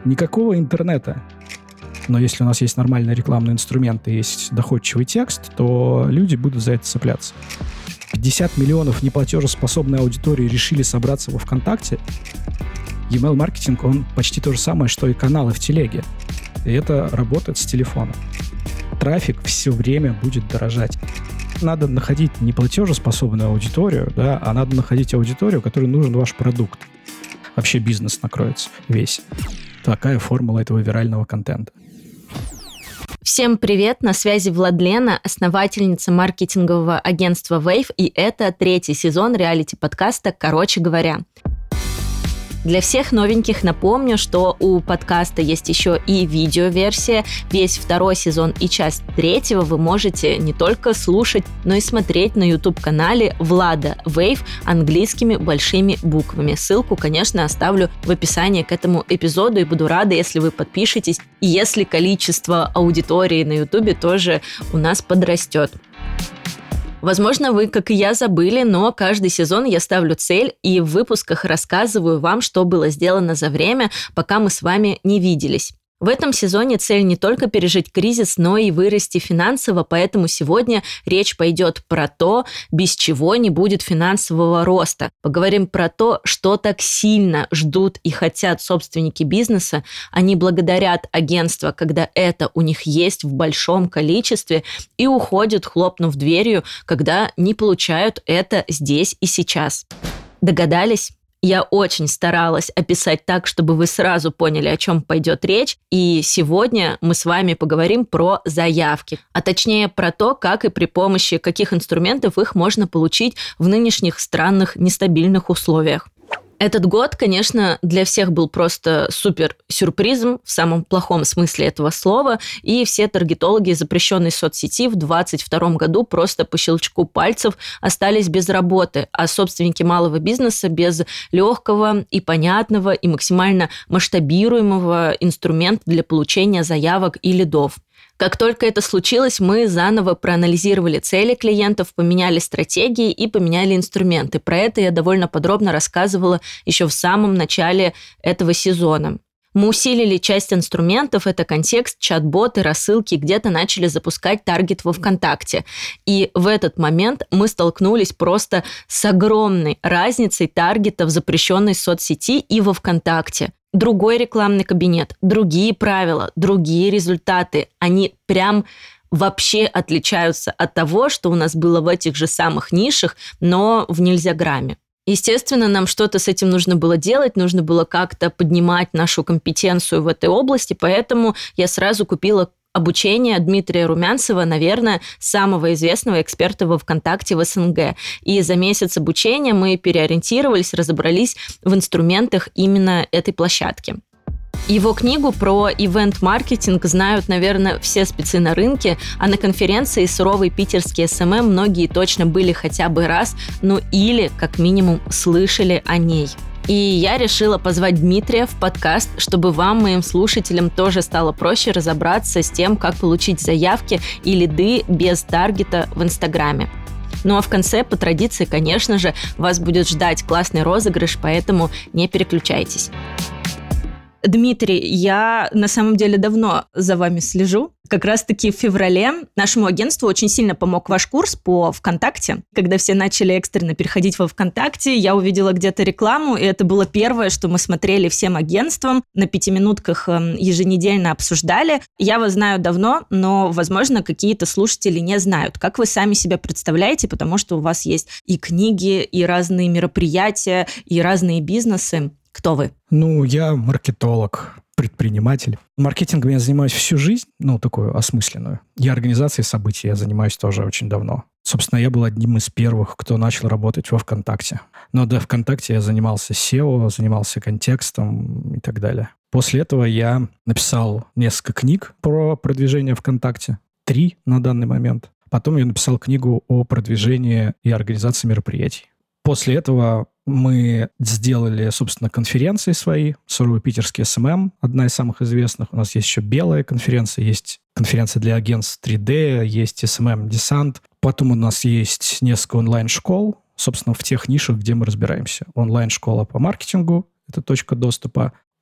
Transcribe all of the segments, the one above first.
Никакого интернета. Но если у нас есть нормальные рекламные инструменты, есть доходчивый текст, то люди будут за это цепляться. 50 миллионов неплатежеспособной аудитории решили собраться во ВКонтакте. Email-маркетинг, он почти то же самое, что и каналы в телеге. И это работает с телефона. Трафик все время будет дорожать. Надо находить не платежеспособную аудиторию, да, а надо находить аудиторию, которой нужен ваш продукт. Вообще бизнес накроется весь. Такая формула этого вирального контента. Всем привет, на связи Владлена, основательница маркетингового агентства Wave, и это 3-й сезон реалити-подкаста «Короче говоря». Для всех новеньких напомню, что у подкаста есть еще и видеоверсия. Весь 2-й сезон и часть 3-го вы можете не только слушать, но и смотреть на YouTube-канале Влада Wave английскими большими буквами. Ссылку, конечно, оставлю в описании к этому эпизоду, и буду рада, если вы подпишетесь, и если количество аудитории на YouTube тоже у нас подрастет. Возможно, вы, как и я, забыли, но каждый сезон я ставлю цель и в выпусках рассказываю вам, что было сделано за время, пока мы с вами не виделись. В этом сезоне цель не только пережить кризис, но и вырасти финансово, поэтому сегодня речь пойдет про то, без чего не будет финансового роста. Поговорим про то, что так сильно ждут и хотят собственники бизнеса. Они благодарят агентство, когда это у них есть в большом количестве, и уходят, хлопнув дверью, когда не получают это здесь и сейчас. Догадались? Я очень старалась описать так, чтобы вы сразу поняли, о чем пойдет речь. И сегодня мы с вами поговорим про заявки. А точнее про то, как и при помощи каких инструментов их можно получить в нынешних странных нестабильных условиях. Этот год, конечно, для всех был просто супер сюрпризом в самом плохом смысле этого слова, и все таргетологи запрещенной соцсети в 2022 году просто по щелчку пальцев остались без работы, а собственники малого бизнеса без легкого и понятного и максимально масштабируемого инструмента для получения заявок и лидов. Как только это случилось, мы заново проанализировали цели клиентов, поменяли стратегии и поменяли инструменты. Про это я довольно подробно рассказывала еще в самом начале этого сезона. Мы усилили часть инструментов, это контекст, чат-боты, рассылки, где-то начали запускать таргет во ВКонтакте. И в этот момент мы столкнулись просто с огромной разницей таргета в запрещенной соцсети и во ВКонтакте. Другой рекламный кабинет, другие правила, другие результаты. Они прям вообще отличаются от того, что у нас было в этих же самых нишах, но в нельзяграмме. Естественно, нам что-то с этим нужно было делать, нужно было как-то поднимать нашу компетенцию в этой области, поэтому я сразу купила обучение Дмитрия Румянцева, наверное, самого известного эксперта во ВКонтакте в СНГ. И за месяц обучения мы переориентировались, разобрались в инструментах именно этой площадки. Его книгу про ивент-маркетинг знают, наверное, все спецы на рынке, а на конференции «Суровый питерский СММ» многие точно были хотя бы раз, ну или, как минимум, слышали о ней. И я решила позвать Дмитрия в подкаст, чтобы вам, моим слушателям, тоже стало проще разобраться с тем, как получить заявки и лиды без таргета в Инстаграме. Ну а в конце, по традиции, конечно же, вас будет ждать классный розыгрыш, поэтому не переключайтесь. Дмитрий, я на самом деле давно за вами слежу. Как раз-таки в феврале нашему агентству очень сильно помог ваш курс по ВКонтакте. Когда все начали экстренно переходить во ВКонтакте, я увидела где-то рекламу, и это было первое, что мы смотрели всем агентствам. На 5-минутках еженедельно обсуждали. Я вас знаю давно, но, возможно, какие-то слушатели не знают. Как вы сами себя представляете, потому что у вас есть и книги, и разные мероприятия, и разные бизнесы. Кто вы? Я маркетолог, предприниматель. Маркетингом я занимаюсь всю жизнь, такую осмысленную. И организацией событий я занимаюсь тоже очень давно. Собственно, я был одним из первых, кто начал работать во ВКонтакте. Но до ВКонтакте я занимался SEO, занимался контекстом и так далее. После этого я написал несколько книг про продвижение ВКонтакте. 3 на данный момент. Потом я написал книгу о продвижении и организации мероприятий. После этого мы сделали, собственно, конференции свои. «Суровый питерский СММ», одна из самых известных. У нас есть еще белая конференция, есть конференция для агентств 3D, есть SMM Десант. Потом у нас есть несколько онлайн-школ, собственно, в тех нишах, где мы разбираемся. Онлайн-школа по маркетингу, это точка доступа.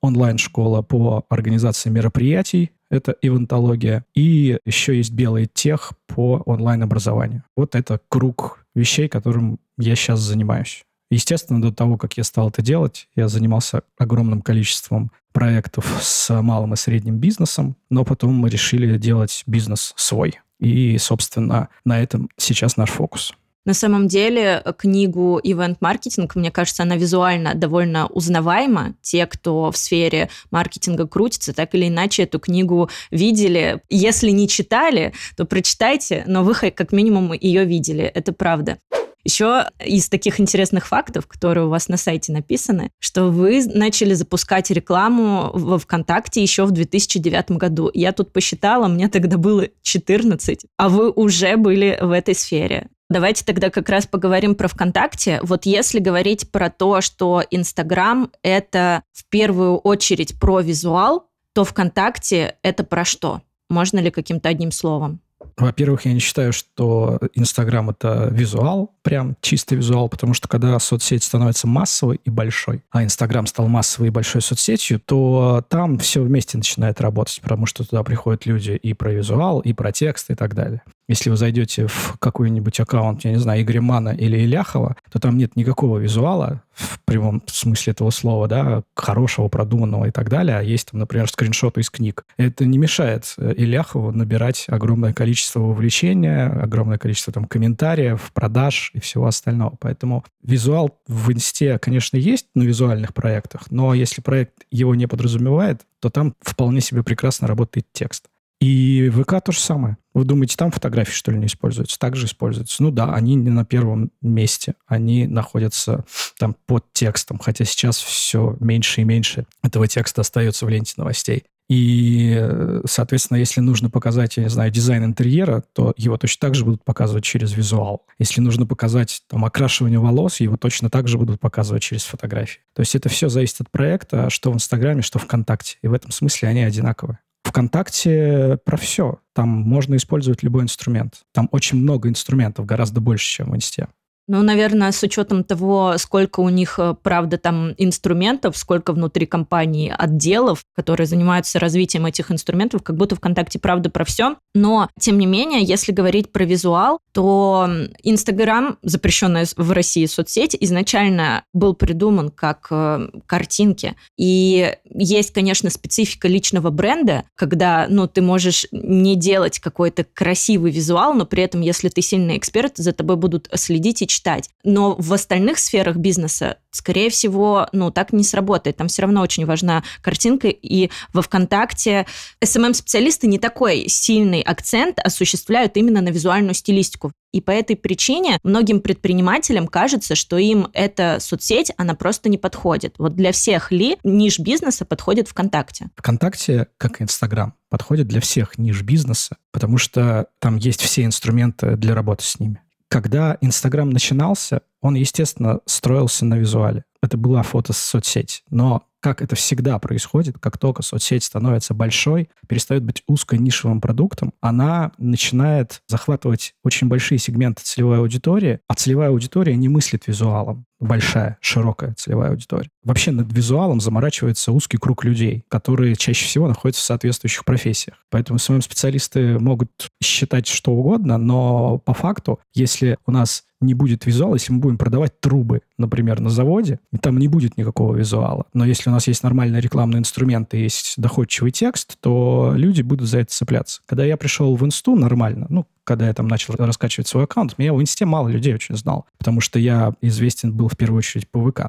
онлайн-школа по организации мероприятий, это ивентология, и еще есть белый тех по онлайн-образованию. Вот это круг вещей, которым я сейчас занимаюсь. Естественно, до того, как я стал это делать, я занимался огромным количеством проектов с малым и средним бизнесом, но потом мы решили делать бизнес свой. И, собственно, на этом сейчас наш фокус. На самом деле, книгу «Ивент-маркетинг», мне кажется, она визуально довольно узнаваема. Те, кто в сфере маркетинга крутится, так или иначе эту книгу видели. Если не читали, то прочитайте, но вы как минимум ее видели. Это правда. Еще из таких интересных фактов, которые у вас на сайте написаны, что вы начали запускать рекламу во ВКонтакте еще в 2009 году. Я тут посчитала, мне тогда было 14, а вы уже были в этой сфере. Давайте тогда как раз поговорим про ВКонтакте. Вот если говорить про то, что Инстаграм – это в первую очередь про визуал, то ВКонтакте – это про что? Можно ли каким-то одним словом? Во-первых, я не считаю, что Инстаграм – это визуал, прям чистый визуал, потому что когда соцсеть становится массовой и большой, а Инстаграм стал массовой и большой соцсетью, то там все вместе начинает работать, потому что туда приходят люди и про визуал, и про текст, и так далее. Если вы зайдете в какой-нибудь аккаунт, я не знаю, Игоря Мана или Иляхова, то там нет никакого визуала в прямом смысле этого слова, да, хорошего, продуманного и так далее, а есть там, например, скриншоты из книг. Это не мешает Иляхову набирать огромное количество вовлечения, огромное количество там комментариев, продаж и всего остального. Поэтому визуал в Инсте, конечно, есть на визуальных проектах, но если проект его не подразумевает, то там вполне себе прекрасно работает текст. И ВК то же самое. Вы думаете, там фотографии, что ли, не используются? Также используются. Ну да, они не на первом месте. Они находятся там под текстом. Хотя сейчас все меньше и меньше этого текста остается в ленте новостей. И, соответственно, если нужно показать, я не знаю, дизайн интерьера, то его точно так же будут показывать через визуал. Если нужно показать там окрашивание волос, его точно так же будут показывать через фотографии. То есть это все зависит от проекта, что в Инстаграме, что ВКонтакте. И в этом смысле они одинаковые. ВКонтакте про все. Там можно использовать любой инструмент. Там очень много инструментов, гораздо больше, чем в Инсте. Ну, наверное, с учетом того, сколько у них, правда, там инструментов, сколько внутри компании отделов, которые занимаются развитием этих инструментов, как будто ВКонтакте, правда, про все. Но, тем не менее, если говорить про визуал, то Инстаграм, запрещенная в России соцсеть, изначально был придуман как картинки. И есть, конечно, специфика личного бренда, когда, ты можешь не делать какой-то красивый визуал, но при этом, если ты сильный эксперт, за тобой будут следить и читать. Но в остальных сферах бизнеса, скорее всего, так не сработает. Там все равно очень важна картинка, и во ВКонтакте SMM-специалисты не такой сильный акцент осуществляют именно на визуальную стилистику. И по этой причине многим предпринимателям кажется, что им эта соцсеть, она просто не подходит. Вот для всех ли ниш бизнеса подходит ВКонтакте? ВКонтакте, как и Инстаграм, подходит для всех ниш бизнеса, потому что там есть все инструменты для работы с ними. Когда Инстаграм начинался, он, естественно, строился на визуале. Это была фотосоцсеть. Но, как это всегда происходит, как только соцсеть становится большой, перестает быть узкой нишевым продуктом, она начинает захватывать очень большие сегменты целевой аудитории, а целевая аудитория не мыслит визуалом. Большая, широкая целевая аудитория. Вообще над визуалом заморачивается узкий круг людей, которые чаще всего находятся в соответствующих профессиях. Поэтому специалисты могут считать что угодно, но по факту, если у нас не будет визуала, если мы будем продавать трубы, например, на заводе, и там не будет никакого визуала. Но если у нас есть нормальные рекламные инструменты, есть доходчивый текст, то люди будут за это цепляться. Когда я пришел в Инсту нормально, когда я там начал раскачивать свой аккаунт, меня в Инсте мало людей очень знал, потому что я известен был в первую очередь по ВК.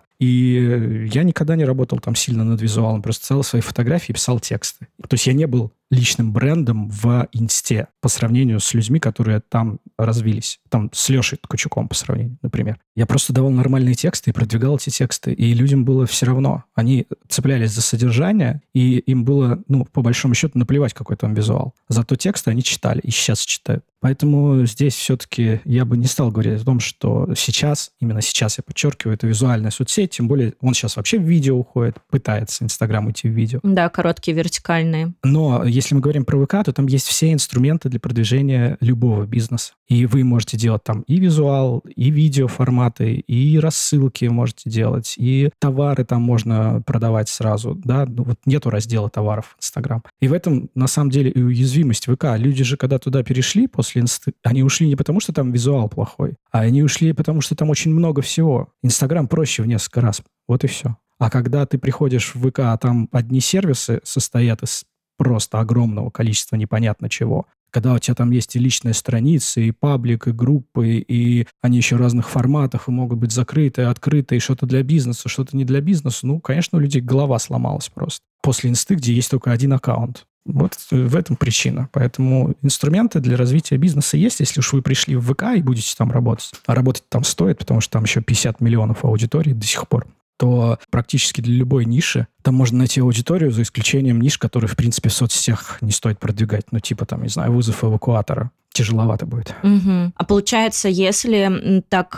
И я никогда не работал там сильно над визуалом, просто целые свои фотографии и писал тексты. То есть я не был личным брендом в Инсте по сравнению с людьми, которые там развились. Там с Лешей Ткачуком по сравнению, например. Я просто давал нормальные тексты и продвигал эти тексты. И людям было все равно. Они цеплялись за содержание, и им было, по большому счету, наплевать, какой там визуал. Зато тексты они читали и сейчас читают. Поэтому здесь все-таки я бы не стал говорить о том, что сейчас, именно сейчас я подчеркиваю, это визуальная соцсеть, тем более он сейчас вообще в видео уходит, пытается Инстаграм уйти в видео. Да, короткие, вертикальные. Но если мы говорим про ВК, то там есть все инструменты для продвижения любого бизнеса. И вы можете делать там и визуал, и видеоформаты, и рассылки можете делать, и товары там можно продавать сразу, да, ну, вот нету раздела товаров в Инстаграм. И в этом, на самом деле, и уязвимость ВК. Люди же, когда туда перешли после Инсты, они ушли не потому, что там визуал плохой, а они ушли потому, что там очень много всего. Инстаграм проще в несколько раз. Вот и все. А когда ты приходишь в ВК, а там одни сервисы состоят из просто огромного количества непонятно чего, когда у тебя там есть и личные страницы, и паблик, и группы, и они еще разных форматов, и могут быть закрыты, открыты, и что-то для бизнеса, что-то не для бизнеса, ну, конечно, у людей голова сломалась просто. После Инсты, где есть только один аккаунт. Вот в этом причина. Поэтому инструменты для развития бизнеса есть, если уж вы пришли в ВК и будете там работать. А работать там стоит, потому что там еще 50 миллионов аудиторий до сих пор. То практически для любой ниши там можно найти аудиторию, за исключением ниш, которые, в принципе, в соцсетях не стоит продвигать. Ну, типа, там, не знаю, вызов эвакуатора. Тяжеловато будет. Угу. А получается, если так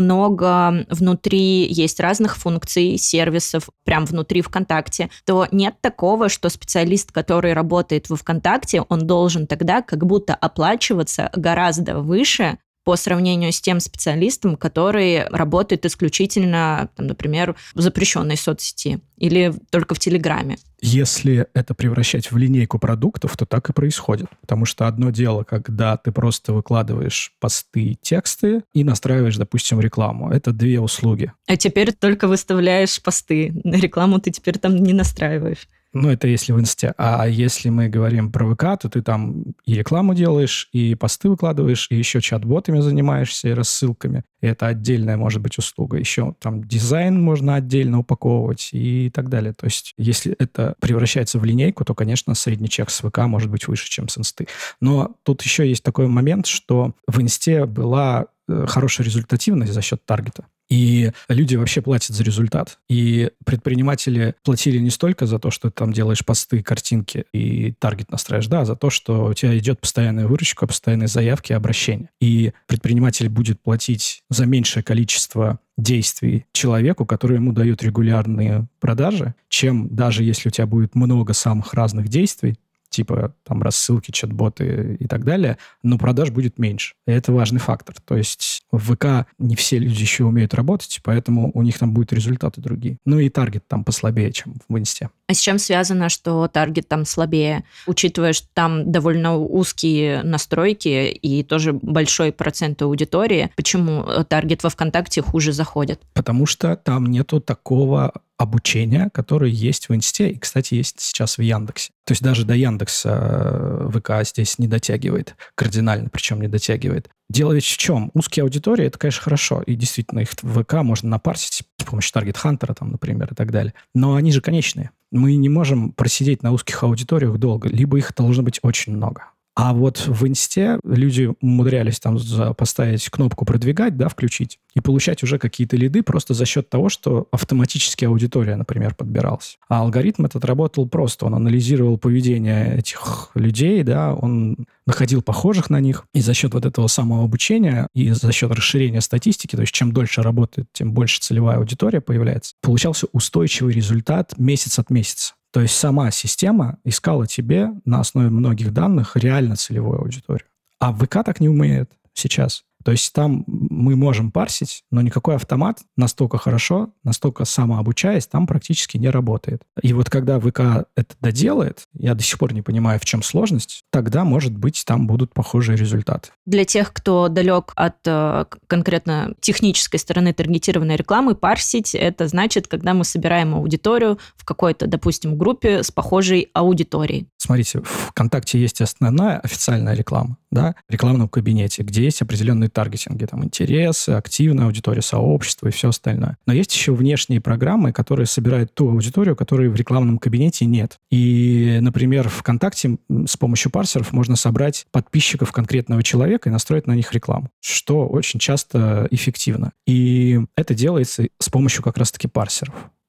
много внутри есть разных функций, сервисов, прям внутри ВКонтакте, то нет такого, что специалист, который работает во ВКонтакте, он должен тогда как будто оплачиваться гораздо выше по сравнению с тем специалистом, который работает исключительно, там, например, в запрещенной соцсети или только в Телеграме. Если это превращать в линейку продуктов, то так и происходит. Потому что одно дело, когда ты просто выкладываешь посты, тексты и настраиваешь, допустим, рекламу. Это две услуги. А теперь только выставляешь посты. На рекламу ты теперь там не настраиваешь. Ну, это если в Инсте. А если мы говорим про ВК, то ты там и рекламу делаешь, и посты выкладываешь, и еще чат-ботами занимаешься, и рассылками. И это отдельная, может быть, услуга. Еще там дизайн можно отдельно упаковывать и так далее. То есть, если это превращается в линейку, то, конечно, средний чек с ВК может быть выше, чем с Инсты. Но тут еще есть такой момент, что в Инсте была хорошая результативность за счет таргета. И люди вообще платят за результат. И предприниматели платили не столько за то, что ты там делаешь посты, картинки и таргет настраиваешь, да, а за то, что у тебя идет постоянная выручка, постоянные заявки, обращения. И предприниматель будет платить за меньшее количество действий человеку, который ему дает регулярные продажи, чем даже если у тебя будет много самых разных действий, типа там рассылки, чат-боты и так далее, но продаж будет меньше. И это важный фактор. То есть в ВК не все люди еще умеют работать, поэтому у них там будут результаты другие. Ну и таргет там послабее, чем в Инсте. А с чем связано, что таргет там слабее? Учитывая, что там довольно узкие настройки и тоже большой процент аудитории, почему таргет во ВКонтакте хуже заходит? Потому что там нету такого обучения, которое есть в Инсте и, кстати, есть сейчас в Яндексе. То есть даже до Яндекса ВК здесь не дотягивает, кардинально причем не дотягивает. Дело ведь в чем? Узкие аудитории – это, конечно, хорошо, и действительно их в ВК можно напарсить с помощью таргет-хантера, там, например, и так далее. Но они же конечные. Мы не можем просидеть на узких аудиториях долго, либо их должно быть очень много. А вот в Инсте люди умудрялись там поставить кнопку «Продвигать», да, включить, и получать уже какие-то лиды просто за счет того, что автоматически аудитория, например, подбиралась. А алгоритм этот работал просто. Он анализировал поведение этих людей, да, он находил похожих на них, и за счет вот этого самого обучения и за счет расширения статистики, то есть чем дольше работает, тем больше целевая аудитория появляется, получался устойчивый результат месяц от месяца. То есть сама система искала тебе на основе многих данных реально целевую аудиторию. А ВК так не умеет сейчас. То есть там мы можем парсить, но никакой автомат настолько хорошо, настолько самообучаясь, там практически не работает. И вот когда ВК это доделает, я до сих пор не понимаю, в чем сложность, тогда, может быть, там будут похожие результаты. Для тех, кто далек от конкретно технической стороны таргетированной рекламы, парсить – это значит, когда мы собираем аудиторию в какой-то, допустим, группе с похожей аудиторией. Смотрите, в ВКонтакте есть основная официальная реклама, да, в рекламном кабинете, где есть определенные таргетинги, там интересы, активная аудитория, сообщество и все остальное. Но есть еще внешние программы, которые собирают ту аудиторию, которой в рекламном кабинете нет. И, например, в ВКонтакте с помощью парсеров можно собрать подписчиков конкретного человека и настроить на них рекламу, что очень часто эффективно. И это делается с помощью как раз-таки парсеров.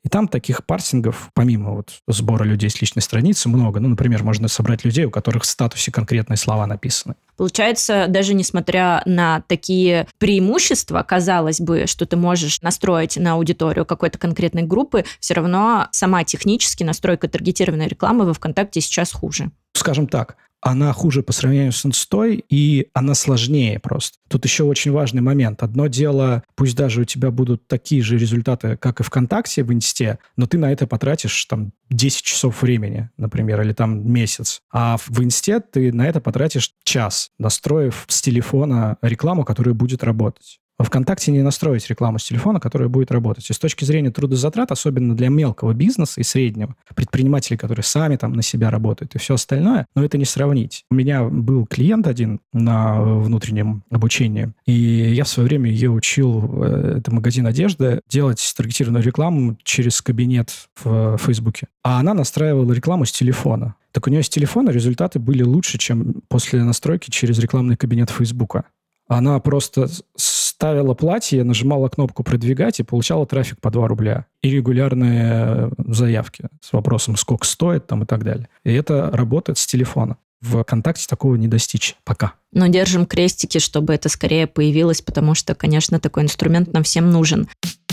И там таких парсингов, помимо вот сбора людей с личной страницы, много. Ну, например, можно собрать людей, у которых в статусе конкретные слова написаны. Получается, даже несмотря на такие преимущества, казалось бы, что ты можешь настроить на аудиторию какой-то конкретной группы, все равно сама технически настройка таргетированной рекламы во ВКонтакте сейчас хуже. Скажем так, она хуже по сравнению с инстой, и она сложнее просто. Тут еще очень важный момент. Одно дело, пусть даже у тебя будут такие же результаты, как и ВКонтакте в инсте, но ты на это потратишь там 10 часов времени, например, или там месяц. А в инсте ты на это потратишь час, настроив с телефона рекламу, которая будет работать. Во ВКонтакте не настроить рекламу с телефона, которая будет работать. И с точки зрения трудозатрат, особенно для мелкого бизнеса и среднего, предпринимателей, которые сами там на себя работают и все остальное, но это не сравнить. У меня был клиент один на внутреннем обучении, и я в свое время ее учил, это магазин одежды, делать таргетированную рекламу через кабинет в Фейсбуке. А она настраивала рекламу с телефона. Так у нее с телефона результаты были лучше, чем после настройки через рекламный кабинет Фейсбука. Она просто ставила платье, нажимала кнопку «Продвигать» и получала трафик по 2 рубля. И регулярные заявки с вопросом, сколько стоит там и так далее. И это работает с телефона. В ВКонтакте такого не достичь пока. Но держим крестики, чтобы это скорее появилось, потому что, конечно, такой инструмент нам всем нужен.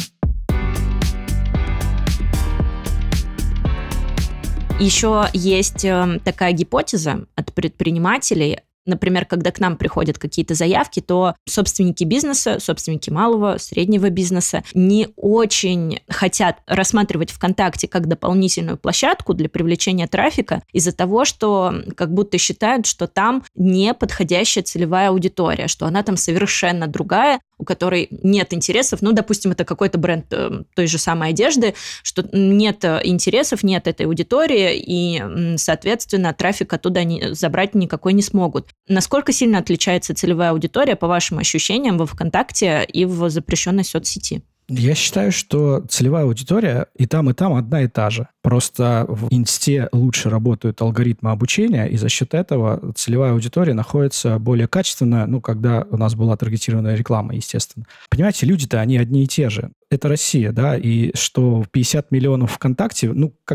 Еще есть такая гипотеза от предпринимателей. Например, когда к нам приходят какие-то заявки, то собственники бизнеса, собственники малого, среднего бизнеса не очень хотят рассматривать ВКонтакте как дополнительную площадку для привлечения трафика из-за того, что как будто считают, что там не подходящая целевая аудитория, что она там совершенно другая, у которой нет интересов. Ну, допустим, это какой-то бренд той же самой одежды, что нет интересов, нет этой аудитории, и, соответственно, трафик оттуда забрать никакой не смогут. Насколько сильно отличается целевая аудитория, по вашим ощущениям, во ВКонтакте и в запрещенной соцсети? Я считаю, что целевая аудитория и там одна и та же. Просто в инсте лучше работают алгоритмы обучения, и за счет этого целевая аудитория находится более качественно, когда у нас была таргетированная реклама, естественно. Понимаете, люди-то, они одни и те же. Это Россия, да, и что 50 миллионов ВКонтакте,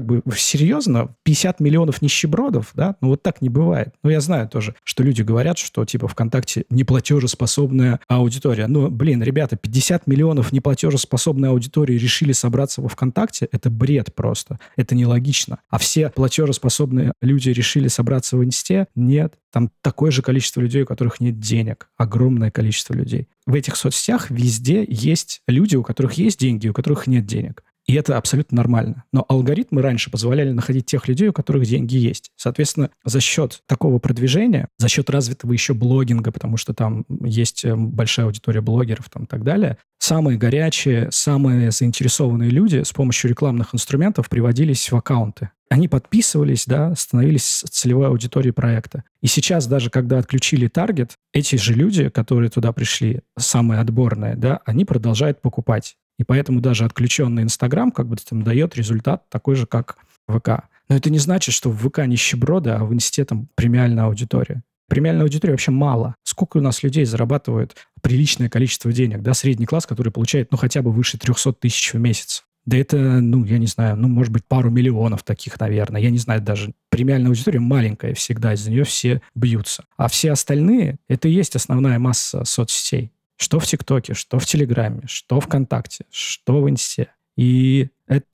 серьезно, 50 миллионов нищебродов, да, вот так не бывает. Я знаю тоже, что люди говорят, что ВКонтакте неплатежеспособная аудитория. Ребята, 50 миллионов неплатежеспособной аудитории решили собраться во ВКонтакте, это бред просто, это нелогично. А все платежеспособные люди решили собраться в инсте? Нет. Там такое же количество людей, у которых нет денег. Огромное количество людей. В этих соцсетях везде есть люди, у которых есть деньги, у которых нет денег. И это абсолютно нормально. Но алгоритмы раньше позволяли находить тех людей, у которых деньги есть. Соответственно, за счет такого продвижения, за счет развитого еще блогинга, потому что там есть большая аудитория блогеров и так далее, самые горячие, самые заинтересованные люди с помощью рекламных инструментов приводились в аккаунты. Они подписывались, да, становились целевой аудиторией проекта. И сейчас даже, когда отключили таргет, эти же люди, которые туда пришли, самые отборные, да, они продолжают покупать. И поэтому даже отключенный Инстаграм дает результат такой же, как ВК. Но это не значит, что в ВК нищеброды, а в Инсте там премиальная аудитория. Премиальной аудитории вообще мало. Сколько у нас людей зарабатывает приличное количество денег, да, средний класс, который получает, хотя бы выше 300 тысяч в месяц. Да это, я не знаю, может быть, пару миллионов таких, наверное. Я не знаю даже. Премиальная аудитория маленькая всегда, из-за нее все бьются. А все остальные, это и есть основная масса соцсетей. Что в ТикТоке, что в Телеграме, что ВКонтакте, что в Инсте. И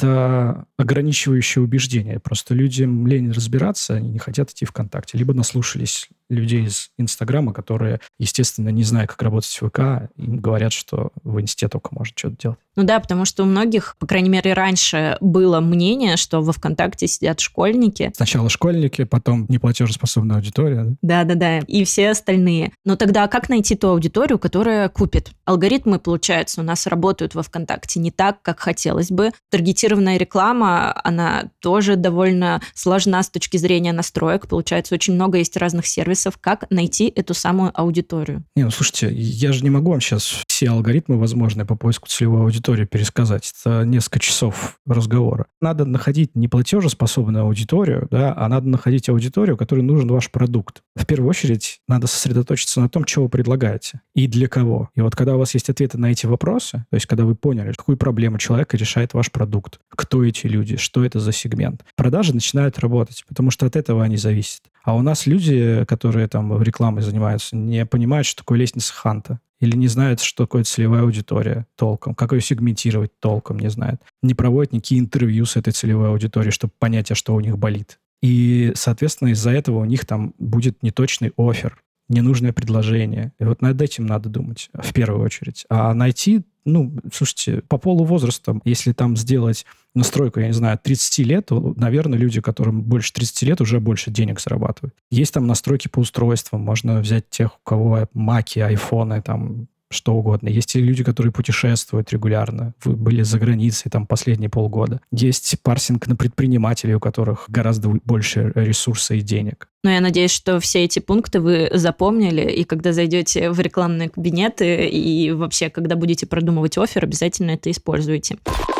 это ограничивающее убеждение. Просто людям лень разбираться, они не хотят идти ВКонтакте. Либо наслушались людей из Инстаграма, которые, естественно, не зная, как работать в ВК, им говорят, что в Инсте только можно что-то делать. Да, потому что у многих, по крайней мере, раньше было мнение, что во ВКонтакте сидят школьники. Сначала школьники, потом неплатежеспособная аудитория. Да, и все остальные. Но тогда как найти ту аудиторию, которая купит? Алгоритмы, получается, у нас работают во ВКонтакте не так, как хотелось бы. Таргетированная реклама, она тоже довольно сложна с точки зрения настроек. Получается, очень много есть разных сервисов. Как найти эту самую аудиторию? Слушайте, я же не могу вам сейчас все алгоритмы возможные по поиску целевой аудитории пересказать. Это несколько часов разговора. Надо находить не платежеспособную аудиторию, да, а надо находить аудиторию, которой нужен ваш продукт. В первую очередь, надо сосредоточиться на том, что вы предлагаете и для кого. И вот когда у вас есть ответы на эти вопросы, то есть когда вы поняли, какую проблему человека решает ваш продукт, продукт, кто эти люди, что это за сегмент. Продажи начинают работать, потому что от этого они зависят. А у нас люди, которые там рекламой занимаются, не понимают, что такое лестница Ханта. Или не знают, что такое целевая аудитория толком, как ее сегментировать толком, не знают. Не проводят никакие интервью с этой целевой аудиторией, чтобы понять, а что у них болит. И, соответственно, из-за этого у них там будет неточный оффер, ненужное предложение. И вот над этим надо думать в первую очередь. А найти, слушайте, по полу возраста, если там сделать настройку, я не знаю, 30 лет, то, наверное, люди, которым больше 30 лет, уже больше денег зарабатывают. Есть там настройки по устройствам, можно взять тех, у кого маки, айфоны, там, что угодно. Есть и люди, которые путешествуют регулярно. Вы были за границей там последние полгода. Есть парсинг на предпринимателей, у которых гораздо больше ресурсов и денег. Но я надеюсь, что все эти пункты вы запомнили, и когда зайдете в рекламные кабинеты, и вообще, когда будете продумывать оффер, обязательно это используйте.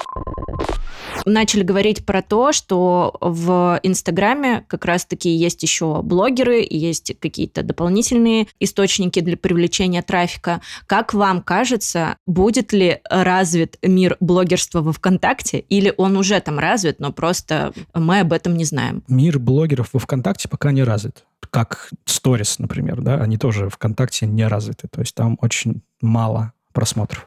Начали говорить про то, что в Инстаграме как раз-таки есть еще блогеры, и есть какие-то дополнительные источники для привлечения трафика. Как вам кажется, будет ли развит мир блогерства во ВКонтакте, или он уже там развит, но просто мы об этом не знаем? Мир блогеров во ВКонтакте пока не развит. Как Stories, например, да, они тоже ВКонтакте не развиты. То есть там очень мало просмотров.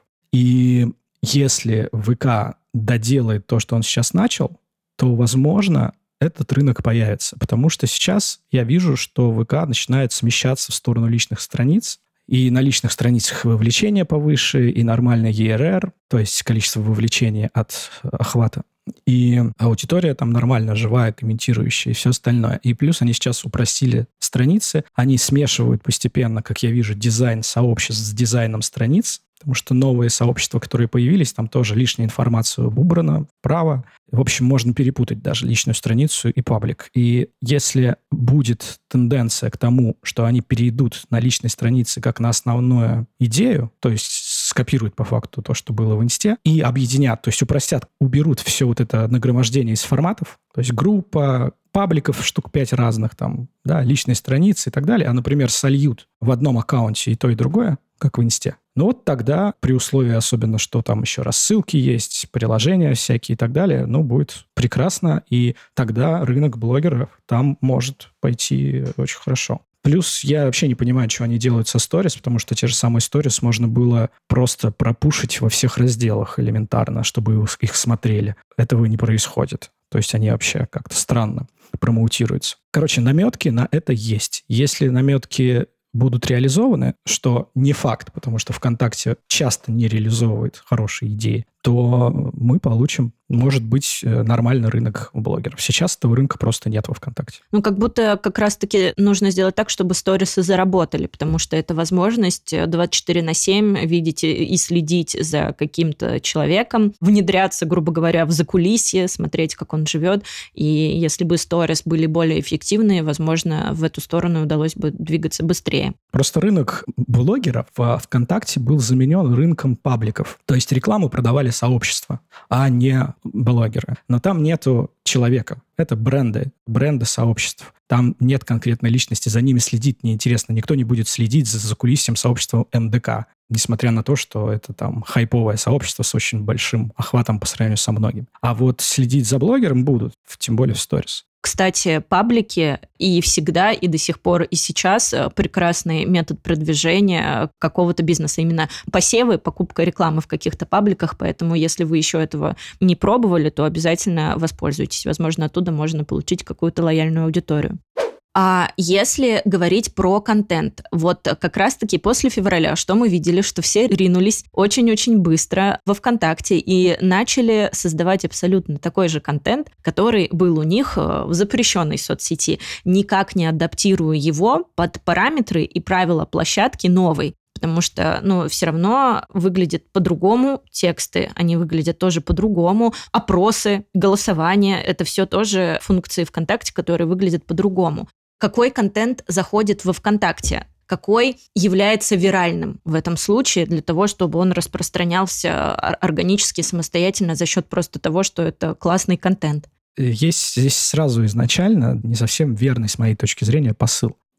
И если ВК доделает то, что он сейчас начал, то, возможно, этот рынок появится. Потому что сейчас я вижу, что ВК начинает смещаться в сторону личных страниц. И на личных страницах вовлечение повыше, и нормальный ERR, то есть количество вовлечения от охвата. И аудитория там нормально, живая, комментирующая и все остальное. И плюс они сейчас упростили страницы. Они смешивают постепенно, как я вижу, дизайн сообществ с дизайном страниц. Потому что новые сообщества, которые появились, там тоже лишняя информация убрана вправо. В общем, можно перепутать даже личную страницу и паблик. И если будет тенденция к тому, что они перейдут на личной странице как на основную идею, то есть скопируют по факту то, что было в Инсте, и объединят, то есть упростят, уберут все вот это нагромождение из форматов, то есть группа, пабликов штук 5 разных, там, да, личные страницы и так далее, а, например, сольют в одном аккаунте и то, и другое, как в Инсте. Ну вот тогда, при условии особенно, что там еще рассылки есть, приложения всякие и так далее, будет прекрасно, и тогда рынок блогеров там может пойти очень хорошо. Плюс я вообще не понимаю, что они делают со сторис, потому что те же самые сторис можно было просто пропушить во всех разделах элементарно, чтобы их смотрели. Этого не происходит. То есть они вообще как-то странно промоутируются. Короче, наметки на это есть. Если наметки будут реализованы, что не факт, потому что ВКонтакте часто не реализовывает хорошие идеи, то мы получим, может быть, нормальный рынок блогеров. Сейчас этого рынка просто нет во ВКонтакте. Как будто как раз-таки нужно сделать так, чтобы сторисы заработали, потому что это возможность 24/7 видеть и следить за каким-то человеком, внедряться, грубо говоря, в закулисье, смотреть, как он живет. И если бы сторис были более эффективные, возможно, в эту сторону удалось бы двигаться быстрее. Просто рынок блогеров в ВКонтакте был заменен рынком пабликов. То есть рекламу продавали сообщества, а не блогеры. Но там нету человека. Это бренды сообществ. Там нет конкретной личности, за ними следить неинтересно. Никто не будет следить за закулисьем сообщества МДК, несмотря на то, что это там хайповое сообщество с очень большим охватом по сравнению со многим. А вот следить за блогером будут, тем более в сторис. Кстати, паблики и всегда, и до сих пор, и сейчас прекрасный метод продвижения какого-то бизнеса. Именно посевы, покупка рекламы в каких-то пабликах. Поэтому, если вы еще этого не пробовали, то обязательно воспользуйтесь. Возможно, оттуда можно получить какую-то лояльную аудиторию. А если говорить про контент, вот как раз-таки после февраля, что мы видели, что все ринулись очень-очень быстро во ВКонтакте и начали создавать абсолютно такой же контент, который был у них в запрещенной соцсети, никак не адаптируя его под параметры и правила площадки новой. Потому что, все равно выглядят по-другому тексты, они выглядят тоже по-другому, опросы, голосование, это все тоже функции ВКонтакте, которые выглядят по-другому. Какой контент заходит во ВКонтакте? Какой является виральным в этом случае для того, чтобы он распространялся органически, самостоятельно за счет просто того, что это классный контент? Есть здесь сразу изначально не совсем верный, с моей точки зрения, посыл.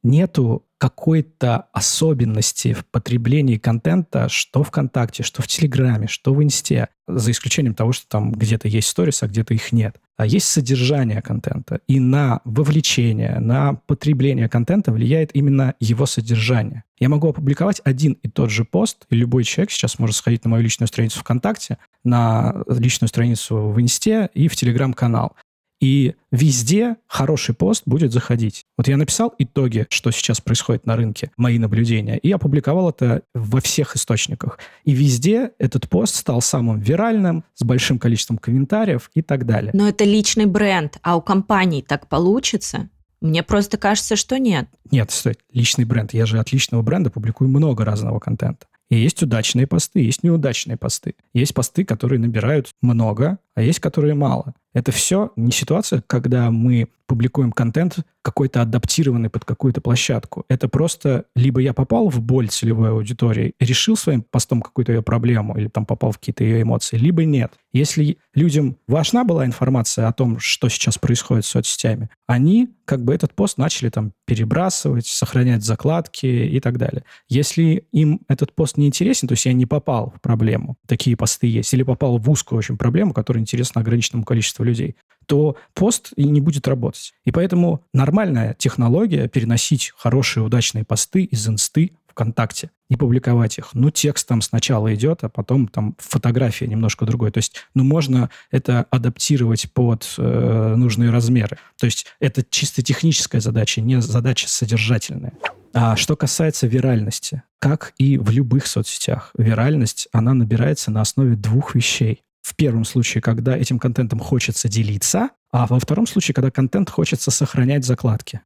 нету какой-то особенности в потреблении контента, что ВКонтакте, что в Телеграме, что в Инсте, за исключением того, что там где-то есть сторис, а где-то их нет. А есть содержание контента, и на вовлечение, на потребление контента влияет именно его содержание. Я могу опубликовать один и тот же пост, и любой человек сейчас может сходить на мою личную страницу ВКонтакте, на личную страницу в Инсте и в Телеграм-канал. И везде хороший пост будет заходить. Вот я написал итоги, что сейчас происходит на рынке, мои наблюдения, и опубликовал это во всех источниках. И везде этот пост стал самым виральным, с большим количеством комментариев и так далее. Но это личный бренд, а у компаний так получится? Мне просто кажется, что нет. Нет, стой, личный бренд. Я же от личного бренда публикую много разного контента. И есть удачные посты, есть неудачные посты. Есть посты, которые набирают много, а есть, которые мало. Это все не ситуация, когда мы публикуем контент какой-то адаптированный под какую-то площадку. Это просто либо я попал в боль целевой аудитории, решил своим постом какую-то ее проблему или там попал в какие-то ее эмоции, либо нет. Если людям важна была информация о том, что сейчас происходит с соцсетями, они как бы этот пост начали там перебрасывать, сохранять закладки и так далее. Если им этот пост не интересен, то есть я не попал в проблему, такие посты есть, или попал в узкую очень проблему, которая интересна ограниченному количеству людей, то пост и не будет работать. И поэтому нормальная технология переносить хорошие, удачные посты из Инсты ВКонтакте и публиковать их. Ну, текст там сначала идет, а потом там фотография немножко другой. То есть, можно это адаптировать под нужные размеры. То есть, это чисто техническая задача, не задача содержательная. А что касается виральности, как и в любых соцсетях, виральность, она набирается на основе двух вещей. В первом случае, когда этим контентом хочется делиться, а во втором случае, когда контент хочется сохранять в закладке.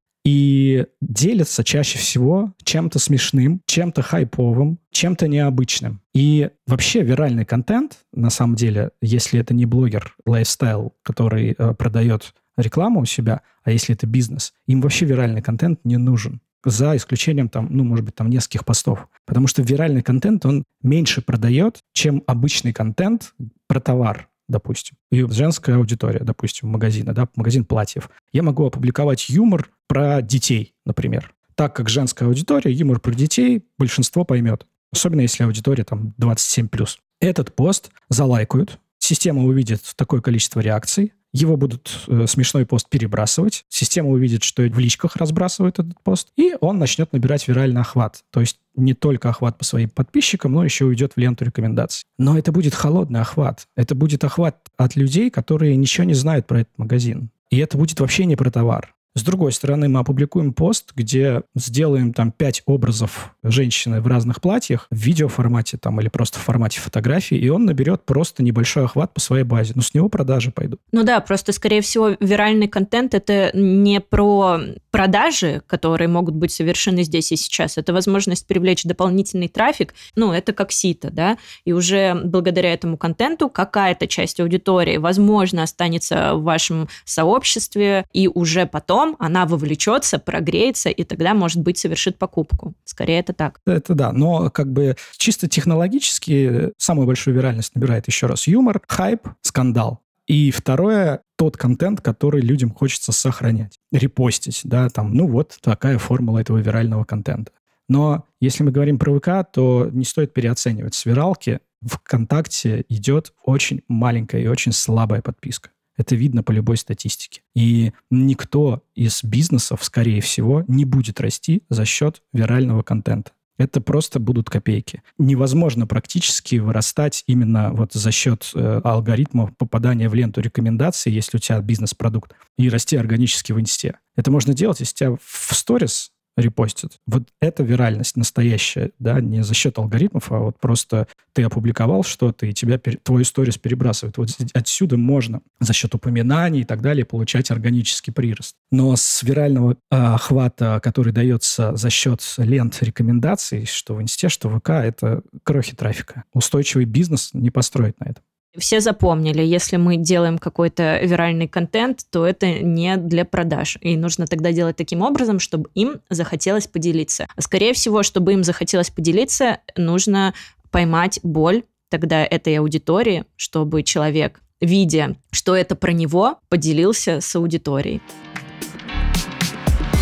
И делятся чаще всего чем-то смешным, чем-то хайповым, чем-то необычным. И вообще виральный контент, на самом деле, если это не блогер, лайфстайл, который продает рекламу у себя, а если это бизнес, им вообще виральный контент не нужен. За исключением там, может быть, там нескольких постов. Потому что виральный контент, он меньше продает, чем обычный контент про товар, допустим. И женская аудитория, допустим, магазина, магазин платьев. Я могу опубликовать юмор про детей, например. Так как женская аудитория, юмор про детей большинство поймет. Особенно если аудитория там 27+. Этот пост залайкают, система увидит такое количество реакций, его будут смешной пост перебрасывать, система увидит, что в личках разбрасывают этот пост, и он начнет набирать виральный охват. То есть не только охват по своим подписчикам, но еще уйдет в ленту рекомендаций. Но это будет холодный охват. Это будет охват от людей, которые ничего не знают про этот магазин. И это будет вообще не про товар. С другой стороны, мы опубликуем пост, где сделаем там 5 образов женщины в разных платьях в видеоформате там, или просто в формате фотографии, и он наберет просто небольшой охват по своей базе. Но с него продажи пойдут. Ну да, просто, скорее всего, виральный контент – это не про продажи, которые могут быть совершены здесь и сейчас. Это возможность привлечь дополнительный трафик. Это как сито, да? И уже благодаря этому контенту какая-то часть аудитории, возможно, останется в вашем сообществе, и уже потом она вовлечется, прогреется, и тогда, может быть, совершит покупку. Скорее, это так. Это да, но как бы чисто технологически самую большую виральность набирает еще раз юмор, хайп, скандал. И второе, тот контент, который людям хочется сохранять, репостить, да, там, вот такая формула этого вирального контента. Но если мы говорим про ВК, то не стоит переоценивать. С виралки в ВКонтакте идет очень маленькая и очень слабая подписка. Это видно по любой статистике. И никто из бизнесов, скорее всего, не будет расти за счет вирального контента. Это просто будут копейки. Невозможно практически вырастать именно за счет алгоритмов попадания в ленту рекомендаций, если у тебя бизнес-продукт, и расти органически в Инсте. Это можно делать, если тебя в сторис репостят. Это виральность настоящая, да, не за счет алгоритмов, а просто ты опубликовал что-то, и твой сторис перебрасывает. Отсюда можно за счет упоминаний и так далее получать органический прирост. Но с вирального охвата, который дается за счет лент рекомендаций, что в Инсте, что в ВК, это крохи трафика. Устойчивый бизнес не построить на этом. Все запомнили, если мы делаем какой-то виральный контент, то это не для продаж. И нужно тогда делать таким образом, чтобы им захотелось поделиться. Скорее всего, чтобы им захотелось поделиться, нужно поймать боль тогда этой аудитории, чтобы человек, видя, что это про него, поделился с аудиторией.